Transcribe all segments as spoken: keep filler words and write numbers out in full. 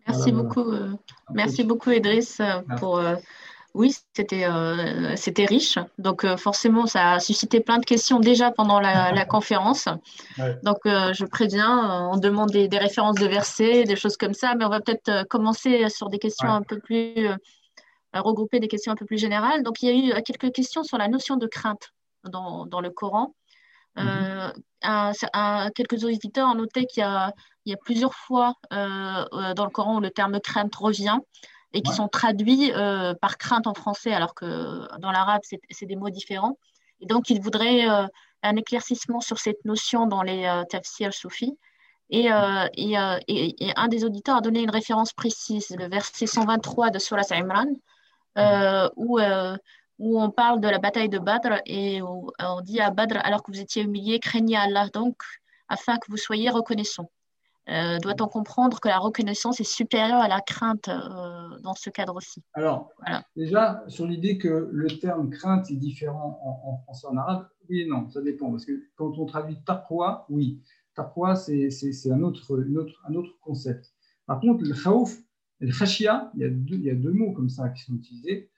Voilà, Merci voilà. beaucoup, euh, merci Après, beaucoup Idriss euh, voilà. pour euh, oui, c'était euh, c'était riche. Donc euh, forcément, ça a suscité plein de questions déjà pendant la, la conférence. Ouais, Donc euh, je préviens, euh, on demande des, des références de versets, des choses comme ça, mais on va peut-être euh, commencer sur des questions ouais. un peu plus euh, regrouper des questions un peu plus générales. Donc il y a eu euh, quelques questions sur la notion de crainte dans, dans le Coran. Mhm. Euh, un- un- quelques auditeurs ont noté qu'il y a, il y a plusieurs fois euh, euh, dans le Coran où le terme crainte revient et qui Ouais. sont traduits euh, par crainte en français, alors que dans l'arabe, c'est c'est des mots différents. Et donc, ils voudraient euh, un éclaircissement sur cette notion dans les euh, tafsirs soufis. Et, euh, et, euh, et- et un des auditeurs a donné une référence précise, le verset cent vingt-trois de Surah Imran, Mhm. euh, où, euh, où on parle de la bataille de Badr et où euh, on dit à Badr, alors que vous étiez humiliés, craignez Allah donc, afin que vous soyez reconnaissants. Euh, doit-on comprendre que la reconnaissance est supérieure à la crainte euh, dans ce cadre-ci? Alors, Voilà. déjà, sur l'idée que le terme crainte est différent en, en français et en arabe, oui et non, ça dépend. Parce que quand on traduit taqwa, oui, taqwa, c'est, c'est, c'est un, autre, une autre, un autre concept. Par contre, le khawf et le khashia, il y a deux, il y a deux mots comme ça qui sont utilisés.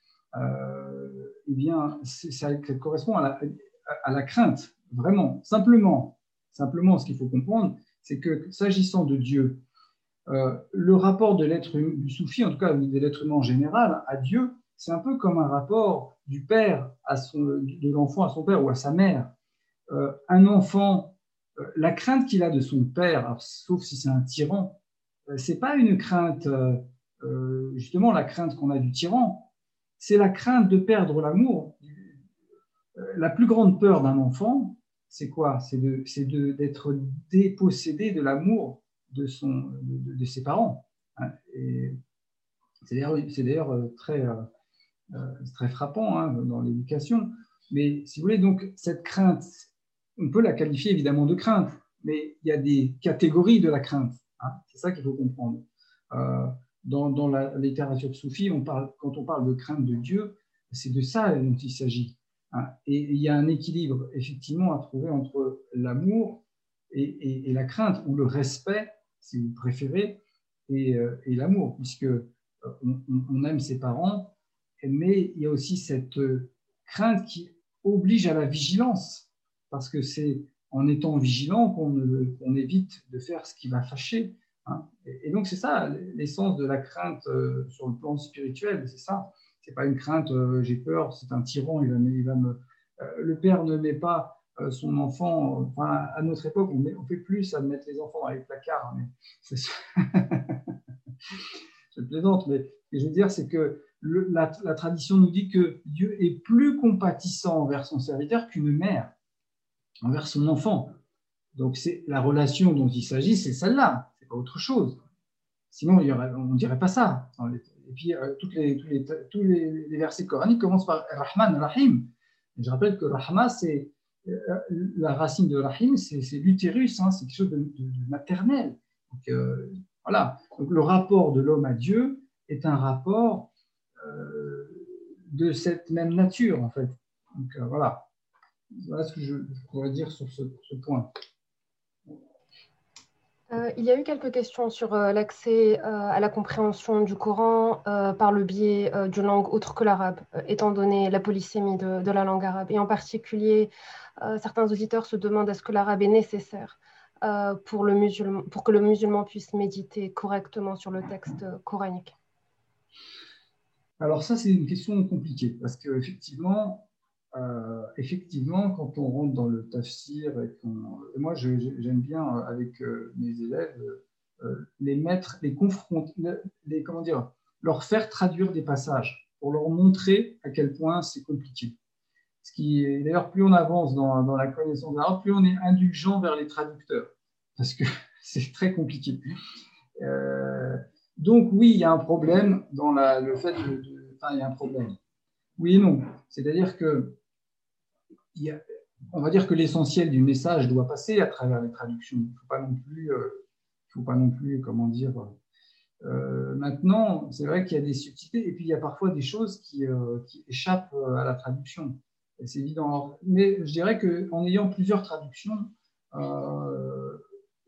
Euh, eh bien, c'est, ça, ça correspond à la, à la crainte, vraiment. Simplement, simplement, ce qu'il faut comprendre, c'est que s'agissant de Dieu, Euh, le rapport de l'être hum- du soufi, en tout cas de l'être humain en général, à Dieu, c'est un peu comme un rapport du père à son, de l'enfant à son père ou à sa mère. Euh, un enfant, euh, la crainte qu'il a de son père, alors, sauf si c'est un tyran, euh, c'est pas une crainte, euh, euh, justement la crainte qu'on a du tyran, c'est la crainte de perdre l'amour. Euh, la plus grande peur d'un enfant, c'est quoi? C'est de, c'est de, d'être dépossédé de l'amour de, son, de, de ses parents. Hein. Et c'est d'ailleurs, c'est d'ailleurs très, euh, très frappant hein, dans l'éducation. Mais si vous voulez, donc, cette crainte, on peut la qualifier évidemment de crainte, mais il y a des catégories de la crainte. Hein. C'est ça qu'il faut comprendre. Euh, dans, dans la littérature soufie, on parle, quand on parle de crainte de Dieu, c'est de ça dont il s'agit. Hein. Et il y a un équilibre effectivement à trouver entre l'amour et, et, et la crainte, ou le respect, si vous préférez, et, euh, et l'amour, puisque euh, on, on aime ses parents, mais il y a aussi cette crainte qui oblige à la vigilance, parce que c'est en étant vigilant qu'on, qu'on évite de faire ce qui va fâcher. Hein. Et, et donc c'est ça l'essence de la crainte euh, sur le plan spirituel, c'est ça. C'est pas une crainte, euh, j'ai peur, c'est un tyran, il va, il va me. Euh, le père ne met pas euh, son enfant. Enfin, à notre époque, on, met, on fait plus ça de mettre les enfants dans les placards, mais c'est je plaisante, mais ce que je veux dire, c'est que le, la, la tradition nous dit que Dieu est plus compatissant envers son serviteur qu'une mère envers son enfant. Donc, c'est la relation dont il s'agit, c'est celle-là, c'est pas autre chose. Sinon, il y aurait, on ne dirait pas ça. Et puis, euh, toutes les, tous, les, tous les, les versets coraniques commencent par Rahman, Rahim. Et je rappelle que Rahma, c'est euh, la racine de Rahim, c'est, c'est l'utérus, hein, c'est quelque chose de, de, de maternel. Donc, euh, voilà. Donc, le rapport de l'homme à Dieu est un rapport euh, de cette même nature, en fait. Donc, euh, voilà. Voilà ce que je, je pourrais dire sur ce, ce point. Euh, il y a eu quelques questions sur euh, l'accès euh, à la compréhension du Coran euh, par le biais euh, d'une langue autre que l'arabe, euh, étant donné la polysémie de, de la langue arabe. Et en particulier, euh, certains auditeurs se demandent est-ce que l'arabe est nécessaire euh, pour, le musulman, pour que le musulman puisse méditer correctement sur le texte euh, coranique. Alors ça, c'est une question compliquée, parce qu'effectivement, euh, effectivement, quand on rentre dans le tafsir, et, et moi je, j'aime bien avec euh, mes élèves euh, les mettre, les confronter, les, comment dire, leur faire traduire des passages pour leur montrer à quel point c'est compliqué. Ce qui est, d'ailleurs, plus on avance dans, dans la connaissance de l'arabe, plus on est indulgent vers les traducteurs, parce que c'est très compliqué. Euh, donc oui, il y a un problème dans la, le fait de, de, enfin, il y a un problème. Oui et non. C'est-à-dire que il y a, on va dire que l'essentiel du message doit passer à travers les traductions. Il ne faut pas non plus, euh, il faut pas non plus, comment dire. Euh, maintenant, c'est vrai qu'il y a des subtilités et puis il y a parfois des choses qui, euh, qui échappent à la traduction. Et c'est évident. Mais je dirais qu'en ayant plusieurs traductions, euh,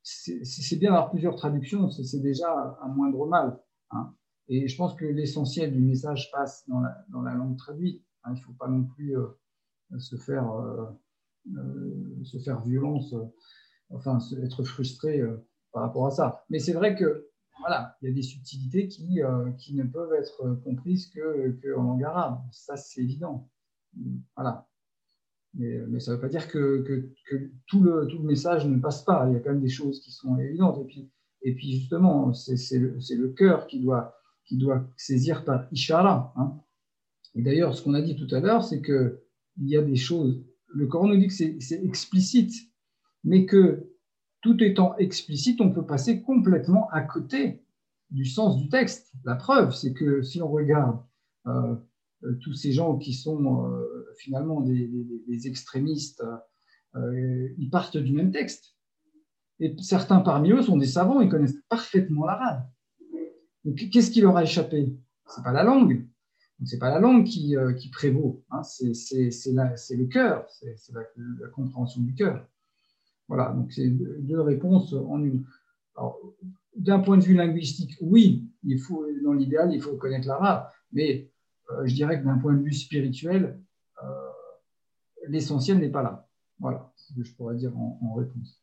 c'est bien d'avoir plusieurs traductions, c'est déjà un moindre mal. Hein. Et je pense que l'essentiel du message passe dans la, dans la langue traduite. Hein. Il ne faut pas non plus euh, se, faire, euh, euh, se faire violence, euh, enfin être frustré euh, par rapport à ça. Mais c'est vrai que voilà, il y a des subtilités qui, euh, qui ne peuvent être comprises qu'en que langue arabe. Ça, c'est évident. Voilà. Mais, mais ça ne veut pas dire que, que, que tout, le, tout le message ne passe pas. Il y a quand même des choses qui sont évidentes. Et puis, et puis justement, c'est le, le cœur qui doit, qui doit saisir par ishara. Hein. Et d'ailleurs, ce qu'on a dit tout à l'heure, c'est qu'il y a des choses. Le Coran nous dit que c'est explicite, mais que tout étant explicite, on peut passer complètement à côté du sens du texte. La preuve, c'est que si on regarde euh, tous ces gens qui sont euh, finalement des, des, des extrémistes, euh, ils partent du même texte. Et certains parmi eux sont des savants, ils connaissent parfaitement l'arabe. Donc, qu'est-ce qui leur a échappé? Ce n'est pas la langue. Ce n'est pas la langue qui, euh, qui prévaut. Hein. C'est le cœur, c'est la, la compréhension du cœur. Voilà, donc c'est deux réponses en une. D'un point de vue linguistique, oui, il faut, dans l'idéal, il faut connaître l'arabe, mais euh, je dirais que d'un point de vue spirituel, euh, l'essentiel n'est pas là. Voilà ce que je pourrais dire en, en réponse.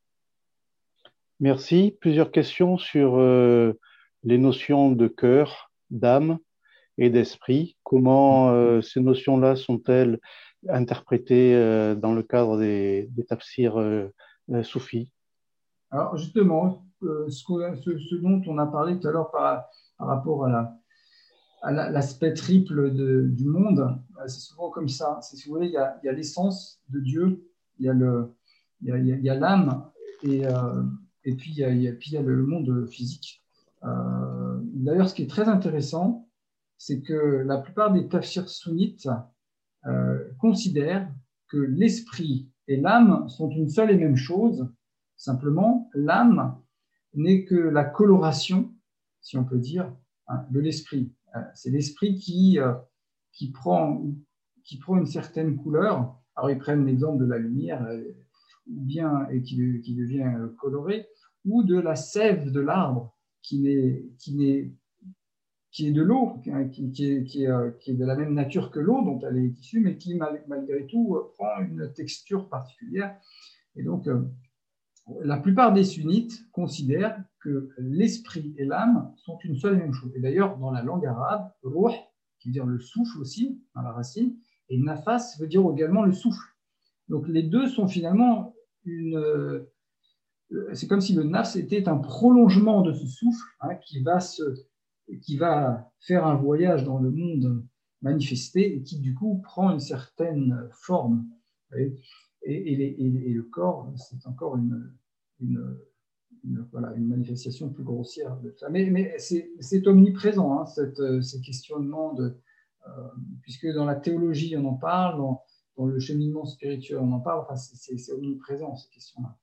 Merci. Plusieurs questions sur euh, les notions de cœur, d'âme et d'esprit. Comment euh, ces notions-là sont-elles interprétées euh, dans le cadre des, des tafsirs euh, euh, soufis? Alors justement, euh, ce, ce, ce dont on a parlé tout à l'heure par, par rapport à la à l'aspect triple de, du monde, c'est souvent comme ça. Si vous voulez, il y a, il y a l'essence de Dieu, il y a le, il y a, il y a l'âme, et, euh, et puis il y a, il y a, puis il y a le monde physique. Euh, D'ailleurs, ce qui est très intéressant, c'est que la plupart des tafsirs sunnites euh, considèrent que l'esprit et l'âme sont une seule et même chose. Simplement, l'âme n'est que la coloration, si on peut dire, hein, de l'esprit. C'est l'esprit qui, euh, qui, prend, qui prend une certaine couleur. Alors, ils prennent l'exemple de la lumière, euh, ou bien, et qui, qui devient colorée, ou de la sève de l'arbre, qui, est, qui, est, qui est de l'eau, qui, qui, est, qui, est, qui est de la même nature que l'eau dont elle est issue, mais qui, malgré tout, prend une texture particulière. Et donc, euh, la plupart des sunnites considèrent que l'esprit et l'âme sont une seule et même chose. Et d'ailleurs, dans la langue arabe, ruh, qui veut dire le souffle aussi, dans la racine, et nafas veut dire également le souffle. Donc les deux sont finalement une... C'est comme si le nafs était un prolongement de ce souffle, hein, qui, va se, qui va faire un voyage dans le monde manifesté et qui du coup prend une certaine forme. Et, et, et, les, et, et le corps, c'est encore une, une, une, voilà, une manifestation plus grossière de ça. Mais, mais c'est omniprésent, hein, cette, ces questionnements, de, euh, puisque dans la théologie, on en parle, dans, dans le cheminement spirituel, on en parle, enfin, c'est omniprésent, ces questions-là.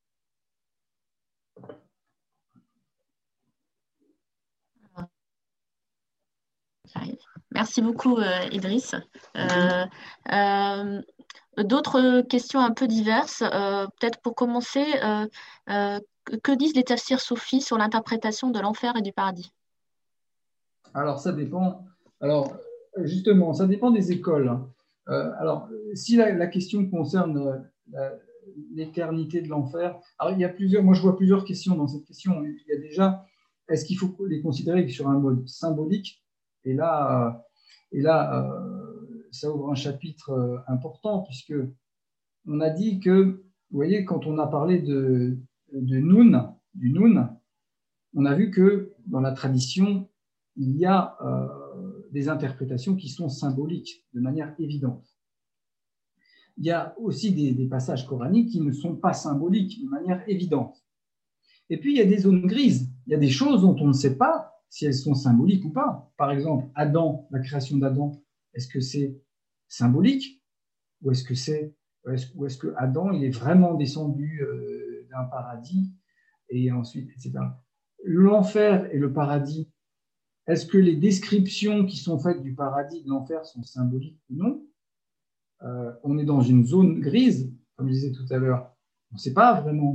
Merci beaucoup, euh, Idriss. Euh, euh, D'autres questions un peu diverses. Euh, Peut-être pour commencer, euh, euh, que disent les tafsirs soufis sur l'interprétation de l'enfer et du paradis? Alors, ça dépend. Alors, justement, ça dépend des écoles. Euh, alors, si la, la question concerne l'éternité de l'enfer, alors il y a plusieurs. Moi, je vois plusieurs questions dans cette question. Il y a déjà, est-ce qu'il faut les considérer sur un mode symbolique? Et là, et là, euh, ça ouvre un chapitre euh, important, puisque on a dit que, vous voyez, quand on a parlé de, de Noun, du Noun, on a vu que dans la tradition, il y a euh, des interprétations qui sont symboliques, de manière évidente. Il y a aussi des, des passages coraniques qui ne sont pas symboliques, de manière évidente. Et puis, il y a des zones grises. Il y a des choses dont on ne sait pas si elles sont symboliques ou pas. Par exemple, Adam, la création d'Adam, est-ce que c'est symbolique ou est-ce que c'est, ou est-ce que Adam il est vraiment descendu euh, d'un paradis et ensuite, et cetera. L'enfer et le paradis, est-ce que les descriptions qui sont faites du paradis et de l'enfer sont symboliques ou non? euh, On est dans une zone grise, comme je disais tout à l'heure. On ne sait pas vraiment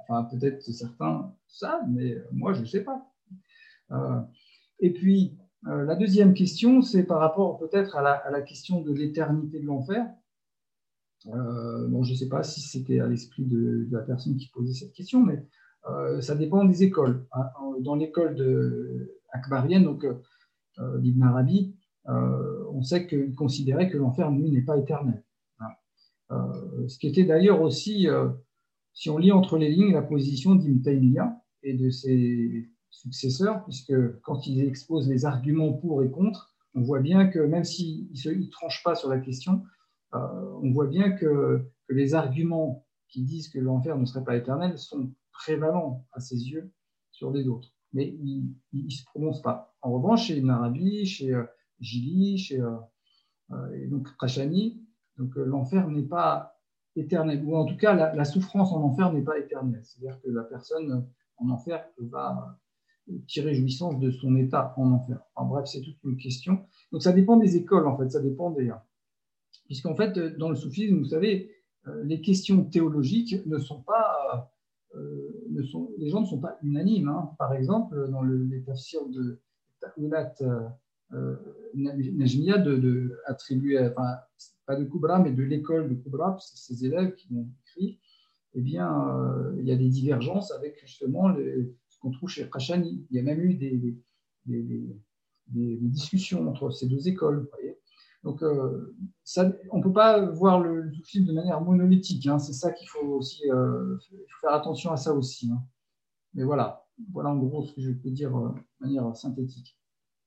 Enfin, peut-être certains savent, mais moi, je ne sais pas. Euh, et puis, euh, la deuxième question, c'est par rapport peut-être à la, à la question de l'éternité de l'enfer. Euh, bon, je ne sais pas si c'était à l'esprit de, de la personne qui posait cette question, mais euh, ça dépend des écoles. Hein. Dans l'école de akbarienne, donc euh, d'Ibn Arabi, euh, on sait qu'il considérait que l'enfer, lui, n'est pas éternel. Hein. Euh, ce qui était d'ailleurs aussi, euh, si on lit entre les lignes, la position d'Ibn Taymiyyah et de ses successeurs, puisque quand ils exposent les arguments pour et contre, on voit bien que même s'ils ne tranchent pas sur la question, euh, on voit bien que, que les arguments qui disent que l'enfer ne serait pas éternel sont prévalents à ses yeux sur les autres. Mais ils ne se prononcent pas. En revanche, chez Ibn Arabi, chez euh, Jili, chez euh, euh, et donc Khashani, donc euh, l'enfer n'est pas éternel, ou en tout cas la, la souffrance en enfer n'est pas éternelle. C'est-à-dire que la personne en enfer va tirer jouissance de son état en enfer. En bref, c'est toute une question. Donc ça dépend des écoles, en fait, ça dépend des... Puisqu'en fait, dans le soufisme, vous savez, les questions théologiques ne sont pas... Euh, ne sont, les gens ne sont pas unanimes. Hein. Par exemple, dans le, les tafsirs de Ta'wilat euh, Najmiya, de, de attribuer, enfin, pas de Kubra, mais de l'école de Kubra, c'est ses élèves qui l'ont écrit, eh bien, euh, il y a des divergences avec justement les, ce qu'on trouve chez Khashani. Il y a même eu des, des, des, des, des discussions entre ces deux écoles. Vous voyez. Donc, euh, ça, on ne peut pas voir le soufisme de manière monolithique. Hein. C'est ça qu'il faut aussi euh, il faut faire attention à ça aussi. Hein. Mais voilà, voilà en gros ce que je peux dire euh, de manière synthétique.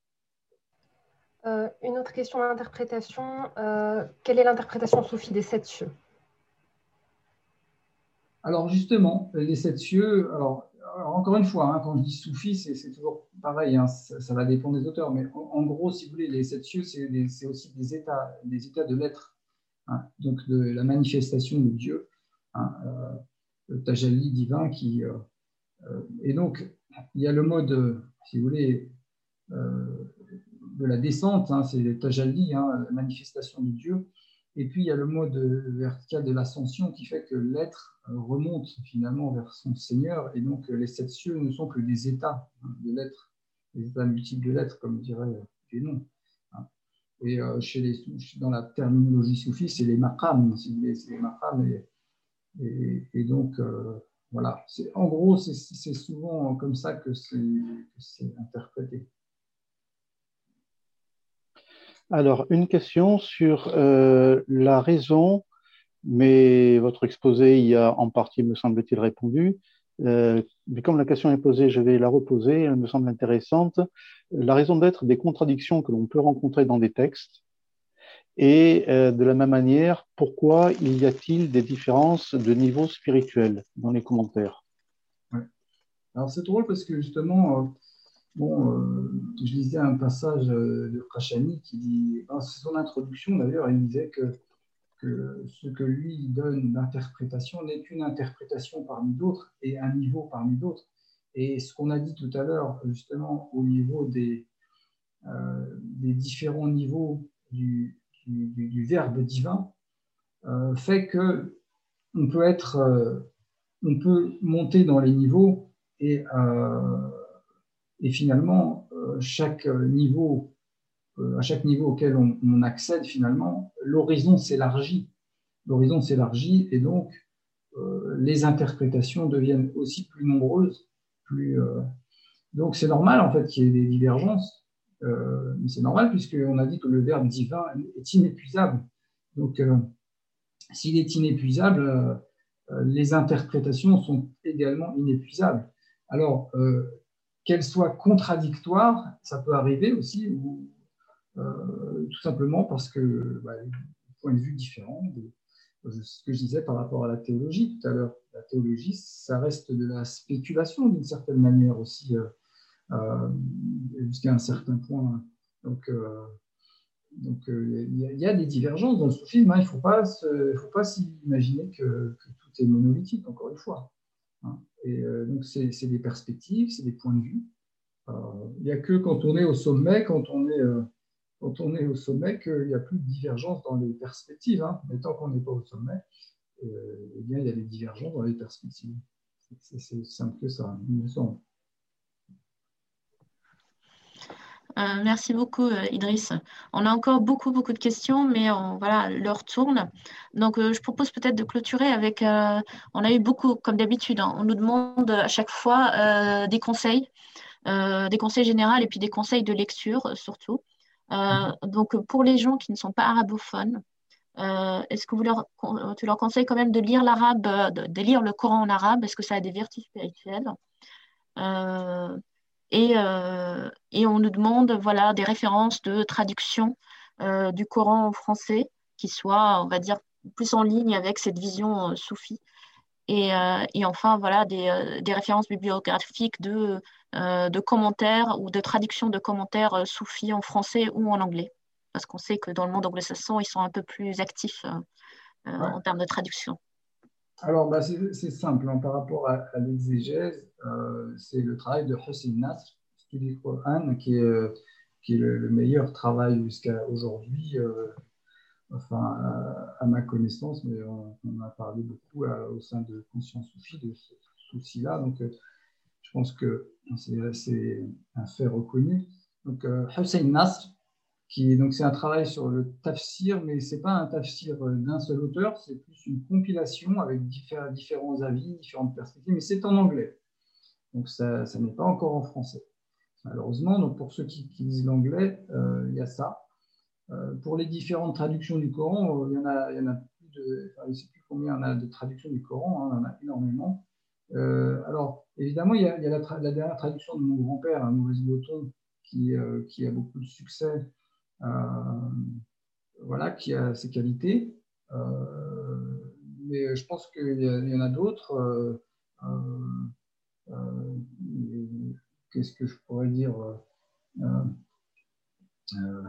Euh, une autre question d'interprétation. Euh, quelle est l'interprétation soufie des sept cieux? Alors justement, les sept cieux, alors, alors encore une fois, hein, quand je dis soufi, c'est, c'est toujours pareil, hein, ça, ça va dépendre des auteurs, mais en, en gros, si vous voulez, les sept cieux, c'est, des, c'est aussi des états, des états de l'être, hein, donc de la manifestation de Dieu, hein, euh, le tajalli divin qui... Euh, euh, et donc, il y a le mode, si vous voulez, euh, de la descente, hein, c'est le tajalli, hein, la manifestation de Dieu. Et puis, il y a le mode vertical de l'ascension qui fait que l'être remonte finalement vers son Seigneur. Et donc, les sept cieux ne sont que des états de l'être, des états multiples de l'être, comme dirait Guénon. Et chez les, dans la terminologie soufie, c'est les maqams, si vous voulez, c'est les maqams. Et, et, et donc, euh, voilà. C'est, en gros, c'est, c'est souvent comme ça que c'est, que c'est interprété. Alors, une question sur euh, la raison, mais votre exposé y a en partie, me semble-t-il, répondu. Euh, mais comme la question est posée, je vais la reposer, elle me semble intéressante. La raison d'être des contradictions que l'on peut rencontrer dans des textes, et euh, de la même manière, pourquoi il y a-t-il des différences de niveau spirituel dans les commentaires? Ouais. Alors, c'est drôle parce que justement... Euh, Bon, euh, je lisais un passage de Khashani qui dit, dans son introduction d'ailleurs, il disait que, que ce que lui donne d'interprétation n'est qu'une interprétation parmi d'autres et un niveau parmi d'autres. Et ce qu'on a dit tout à l'heure, justement, au niveau des, euh, des différents niveaux du, du, du verbe divin, euh, fait que on peut être, euh, on peut monter dans les niveaux et euh, Et finalement, euh, chaque niveau, euh, à chaque niveau auquel on, on accède, finalement, l'horizon s'élargit. L'horizon s'élargit et donc euh, les interprétations deviennent aussi plus nombreuses. Plus, euh... Donc c'est normal en fait qu'il y ait des divergences. Euh, mais c'est normal puisqu'on a dit que le verbe divin est inépuisable. Donc euh, s'il est inépuisable, euh, les interprétations sont également inépuisables. Alors, euh, qu'elle soit contradictoire, ça peut arriver aussi, ou euh, tout simplement parce que bah, point de vue différent de ce que je disais par rapport à la théologie tout à l'heure. La théologie, ça reste de la spéculation d'une certaine manière aussi, euh, euh, jusqu'à un certain point. Donc, euh, donc euh, il y, y a des divergences dans le soufisme. Hein. Il ne faut pas, se, faut pas s'imaginer que, que tout est monolithique, encore une fois. Hein. Et euh, donc, c'est, c'est des perspectives, c'est des points de vue. Il euh, n'y a que quand on est au sommet, quand on est, euh, quand on est au sommet, qu'il n'y a plus de divergence dans les perspectives. Hein. Mais tant qu'on n'est pas au sommet, euh, eh bien, il y a des divergences dans les perspectives. c'est, c'est simple que ça, il me semble. Euh, merci beaucoup, euh, Idriss. On a encore beaucoup, beaucoup de questions, mais on, voilà, l'heure tourne. Donc, euh, je propose peut-être de clôturer avec. Euh, on a eu beaucoup, comme d'habitude, hein, on nous demande à chaque fois euh, des conseils, euh, des conseils généraux et puis des conseils de lecture euh, surtout. Euh, donc, pour les gens qui ne sont pas arabophones, euh, est-ce que vous leur, tu leur conseilles quand même de lire l'arabe, euh, de, de lire le Coran en arabe? Est-ce que ça a des vertus spirituelles? Euh, et, euh, et on nous demande voilà, des références de traduction euh, du Coran en français qui soient, on va dire, plus en ligne avec cette vision euh, soufie. Et, euh, et enfin, voilà, des, euh, des références bibliographiques de, euh, de commentaires ou de traduction de commentaires euh, soufis en français ou en anglais. Parce qu'on sait que dans le monde anglo-saxon, ils sont un peu plus actifs euh, euh, Ouais. en termes de traduction. Alors, bah, c'est, c'est simple, hein, par rapport à, à l'exégèse, euh, c'est le travail de Hussein Nasr, qui dit Coran, qui est, euh, qui est le, le meilleur travail jusqu'à aujourd'hui, euh, enfin, à, à ma connaissance, mais on, on a parlé beaucoup à, au sein de Conscience Soufie de ce souci-là, donc euh, je pense que c'est, c'est un fait reconnu. Donc, euh, Hussein Nasr, qui, donc c'est un travail sur le tafsir, mais c'est pas un tafsir d'un seul auteur, c'est plus une compilation avec différents, différents avis, différentes perspectives, mais c'est en anglais. Donc ça, ça n'est pas encore en français, malheureusement. Donc pour ceux qui, qui lisent l'anglais, euh, il y a ça. Euh, pour les différentes traductions du Coran, euh, il y en a, il y en a plus de, enfin, je ne sais plus combien il y en a de traductions du Coran, hein, il y en a énormément. Euh, alors évidemment, il y a, il y a la, tra- la dernière traduction de mon grand-père, hein, Maurice Breton, qui, euh, qui a beaucoup de succès. Euh, voilà, qui a ses qualités. Euh, mais je pense qu'il y, y en a d'autres. Euh, euh, euh, qu'est-ce que je pourrais dire euh, euh,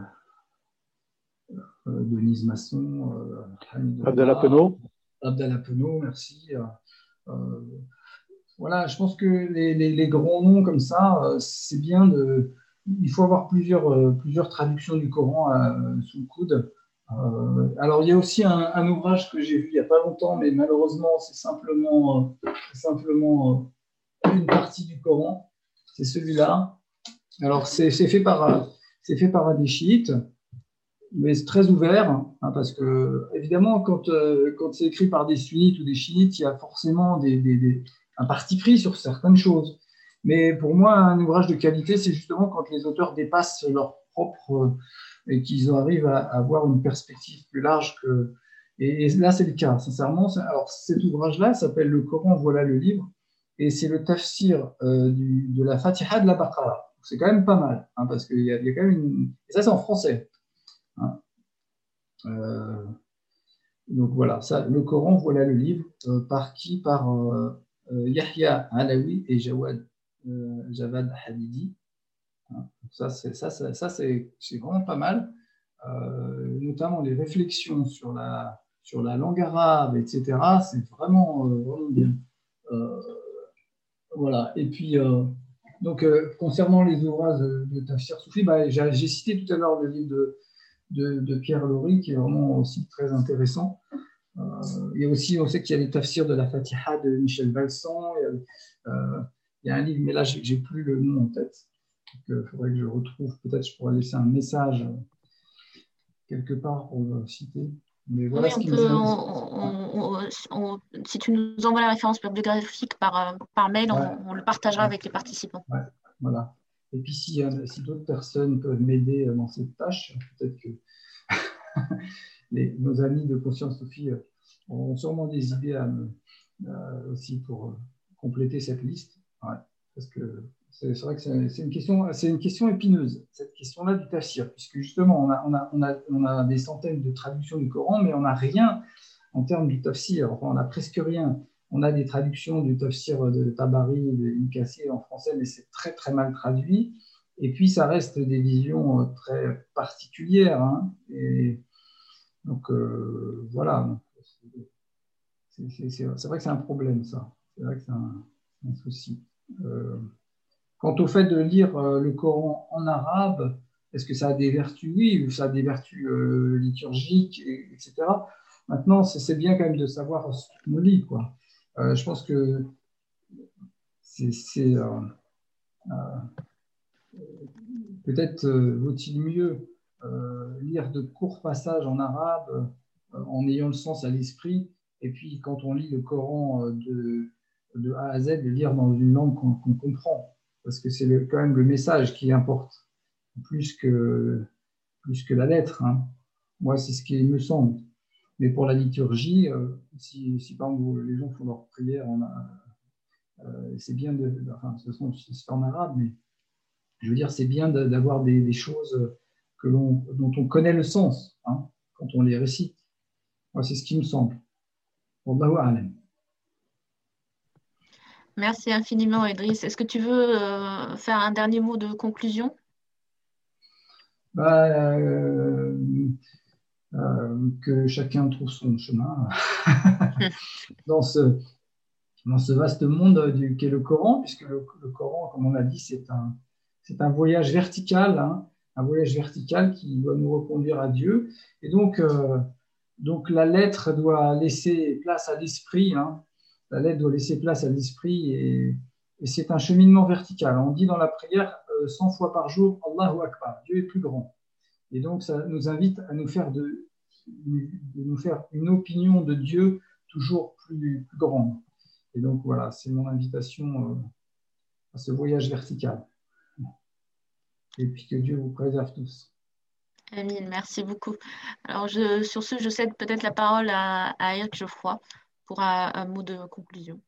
euh, Denise Masson, euh, Abdallah Penaud. Abdallah Penaud, merci. Euh, voilà, je pense que les, les, les grands noms comme ça, euh, c'est bien de. Il faut avoir plusieurs, euh, plusieurs traductions du Coran euh, sous le coude. Euh, alors, il y a aussi un, un ouvrage que j'ai vu il n'y a pas longtemps, mais malheureusement, c'est simplement, euh, simplement euh, une partie du Coran. C'est celui-là. Alors, c'est, c'est, fait par, c'est fait par des chiites, mais c'est très ouvert, hein, parce que, évidemment, quand, euh, quand c'est écrit par des sunnites ou des chiites, il y a forcément des, des, des, un parti pris sur certaines choses. Mais pour moi, un ouvrage de qualité, c'est justement quand les auteurs dépassent leur propre. Euh, et qu'ils arrivent à avoir une perspective plus large que. Et, et là, c'est le cas, sincèrement. Alors, cet ouvrage-là s'appelle Le Coran, voilà le livre, et c'est le tafsir euh, du, de la Fatiha de la Baqara. C'est quand même pas mal, hein, parce qu'il y, y a quand même une. Et ça, c'est en français. Hein. Euh, donc voilà, ça, Le Coran, voilà le livre. Euh, par qui Par euh, euh, Yahya Alaoui et Jawad, euh, Javad Hadidi. Hein. Ça, c'est, ça, ça, ça c'est, c'est vraiment pas mal. Euh, notamment les réflexions sur la, sur la langue arabe, et cetera. C'est vraiment, euh, vraiment bien. Euh, voilà. Et puis, euh, donc, euh, concernant les ouvrages de, de Tafsir Soufi, bah, j'ai, j'ai cité tout à l'heure le livre de, de, de Pierre Laury, qui est vraiment aussi très intéressant. Euh, il y a aussi, on sait qu'il y a les tafsirs de la Fatiha de Michel Valsan. Il y a, euh, il y a un livre, mais là, j'ai, j'ai plus le nom en tête. Il faudrait que je retrouve. Peut-être je pourrais laisser un message quelque part pour le citer. Mais voilà oui, ce on qui peut, me on, on, on, si tu nous envoies la référence bibliographique par, par mail, ouais. on, on le partagera ouais. avec les participants. Ouais. Voilà. Et puis, si, si d'autres personnes peuvent m'aider dans cette tâche, peut-être que les, nos amis de Conscience Soufie auront sûrement des idées à me, euh, aussi pour compléter cette liste. Ouais. Parce que c'est, c'est vrai que c'est, c'est, une question, c'est une question épineuse, cette question-là du tafsir, puisque justement, on a, on, a, on, a, on a des centaines de traductions du Coran, mais on n'a rien en termes du tafsir. Enfin, on n'a presque rien. On a des traductions du tafsir de Tabari, de Ibn Kathir en français, mais c'est très, très mal traduit. Et puis, ça reste des visions très particulières. Hein. Et donc, euh, voilà. C'est, c'est, c'est, c'est vrai que c'est un problème, ça. C'est vrai que c'est un, un souci. Euh, quant au fait de lire euh, le Coran en arabe, est-ce que ça a des vertus? Oui, ça a des vertus euh, liturgiques, et, etc. Maintenant, c'est, c'est bien quand même de savoir ce qu'on lit, quoi. Euh, je pense que c'est euh, euh, peut-être euh, vaut-il mieux euh, lire de courts passages en arabe euh, en ayant le sens à l'esprit, et puis quand on lit le Coran euh, de, de A à Z, le lire dans une langue qu'on qu'on comprend, parce que c'est le, quand même le message qui importe, plus que, plus que la lettre. Hein. Moi, c'est ce qui me semble. Mais pour la liturgie, euh, si, si par exemple les gens font leur prière, on a, euh, c'est bien de, de, enfin, de toute façon, c'est en arabe, mais je veux dire, c'est bien d'avoir des, des choses que l'on, dont on connaît le sens hein, quand on les récite. Moi, c'est ce qui me semble. Wallahu a'lam. Merci infiniment, Idriss. Est-ce que tu veux euh, faire un dernier mot de conclusion? Bah, euh, euh, que chacun trouve son chemin dans, ce, dans ce vaste monde du, qu'est le Coran, puisque le, le Coran, comme on a dit, c'est un, c'est un voyage vertical, hein, un voyage vertical qui doit nous reconduire à Dieu. Et donc, euh, donc la lettre doit laisser place à l'esprit, hein. La lettre doit laisser place à l'esprit et, et c'est un cheminement vertical. On dit dans la prière euh, cent fois par jour, Allahu Akbar, Dieu est plus grand. Et donc, ça nous invite à nous faire, de, de nous faire une opinion de Dieu toujours plus, plus grande. Et donc, voilà, c'est mon invitation euh, à ce voyage vertical. Et puis que Dieu vous préserve tous. Amin, merci beaucoup. Alors, je, sur ce, je cède peut-être la parole à, à Eric Geoffroy pour un, un mot de conclusion.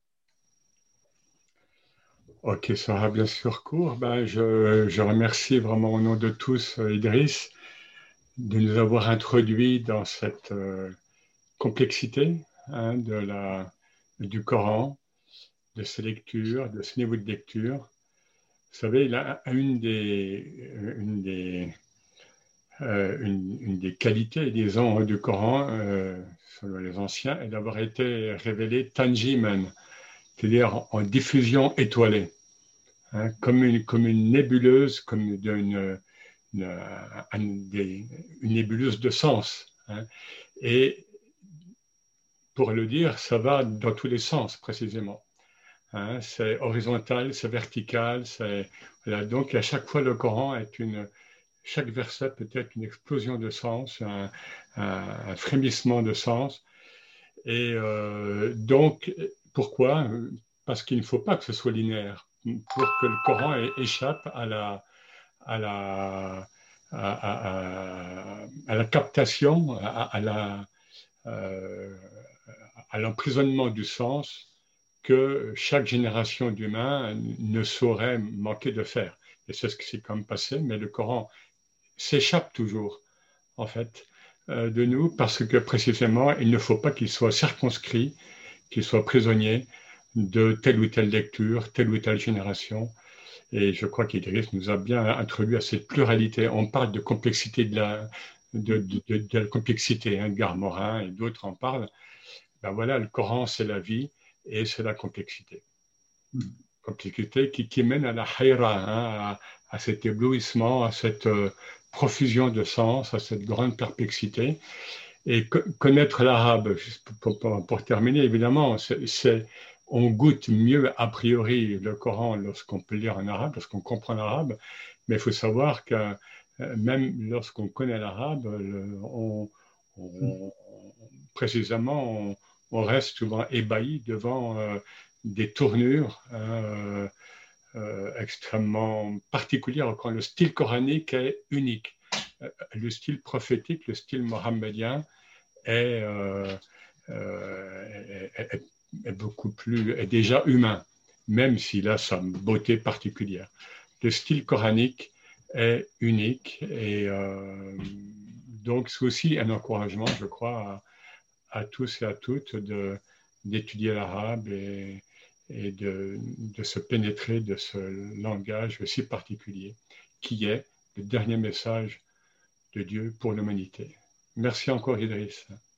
Ok, ça sera bien sûr court. Ben, je, je remercie vraiment au nom de tous Idriss de nous avoir introduit dans cette euh, complexité hein, de la, du Coran, de ses lectures, de ce niveau de lecture. Vous savez, il a une des, une des, euh, une, une des qualités, disons, du Coran, euh, selon les anciens, est d'avoir été révélé tanjiman, c'est-à-dire en diffusion étoilée, hein, comme, une, comme une nébuleuse, comme une, une, une, des, une nébuleuse de sens. Hein. Et pour le dire, ça va dans tous les sens, précisément. Hein, c'est horizontal, c'est vertical, c'est, voilà. Donc à chaque fois le Coran est une, chaque verset peut être une explosion de sens, un, un, un frémissement de sens. Et euh, donc pourquoi? Parce qu'il ne faut pas que ce soit linéaire, pour que le Coran échappe à la, à la, à, à, à la captation, à, à la, euh, à l'emprisonnement du sens que chaque génération d'humains ne saurait manquer de faire. Et c'est ce qui s'est quand même passé, mais le Coran s'échappe toujours, en fait, euh, de nous, parce que précisément, il ne faut pas qu'il soit circonscrit, qu'il soit prisonnier de telle ou telle lecture, telle ou telle génération. Et je crois qu'Idriss nous a bien introduit à cette pluralité. On parle de complexité de la, de, de, de, de la complexité, hein, Edgar Morin et d'autres en parlent. Ben voilà, le Coran, c'est la vie. Et c'est la complexité. Complexité qui, qui mène à la hayra, hein, à, à cet éblouissement, à cette euh, profusion de sens, à cette grande perplexité. Et co connaître l'arabe, pour, pour, pour terminer, évidemment, c'est, on goûte mieux a priori le Coran lorsqu'on peut lire en arabe, lorsqu'on comprend l'arabe, mais il faut savoir que euh, même lorsqu'on connaît l'arabe, on, on, précisément, on, on reste souvent ébahi devant euh, des tournures euh, euh, extrêmement particulières. Quand le style coranique est unique. Euh, le style prophétique, le style mohammedien est, euh, euh, est, est, est beaucoup plus, est déjà humain, même s'il a sa beauté particulière. Le style coranique est unique et euh, donc c'est aussi un encouragement, je crois, à, à tous et à toutes de, d'étudier l'arabe et, et de, de se pénétrer de ce langage si particulier qui est le dernier message de Dieu pour l'humanité. Merci encore, Idriss.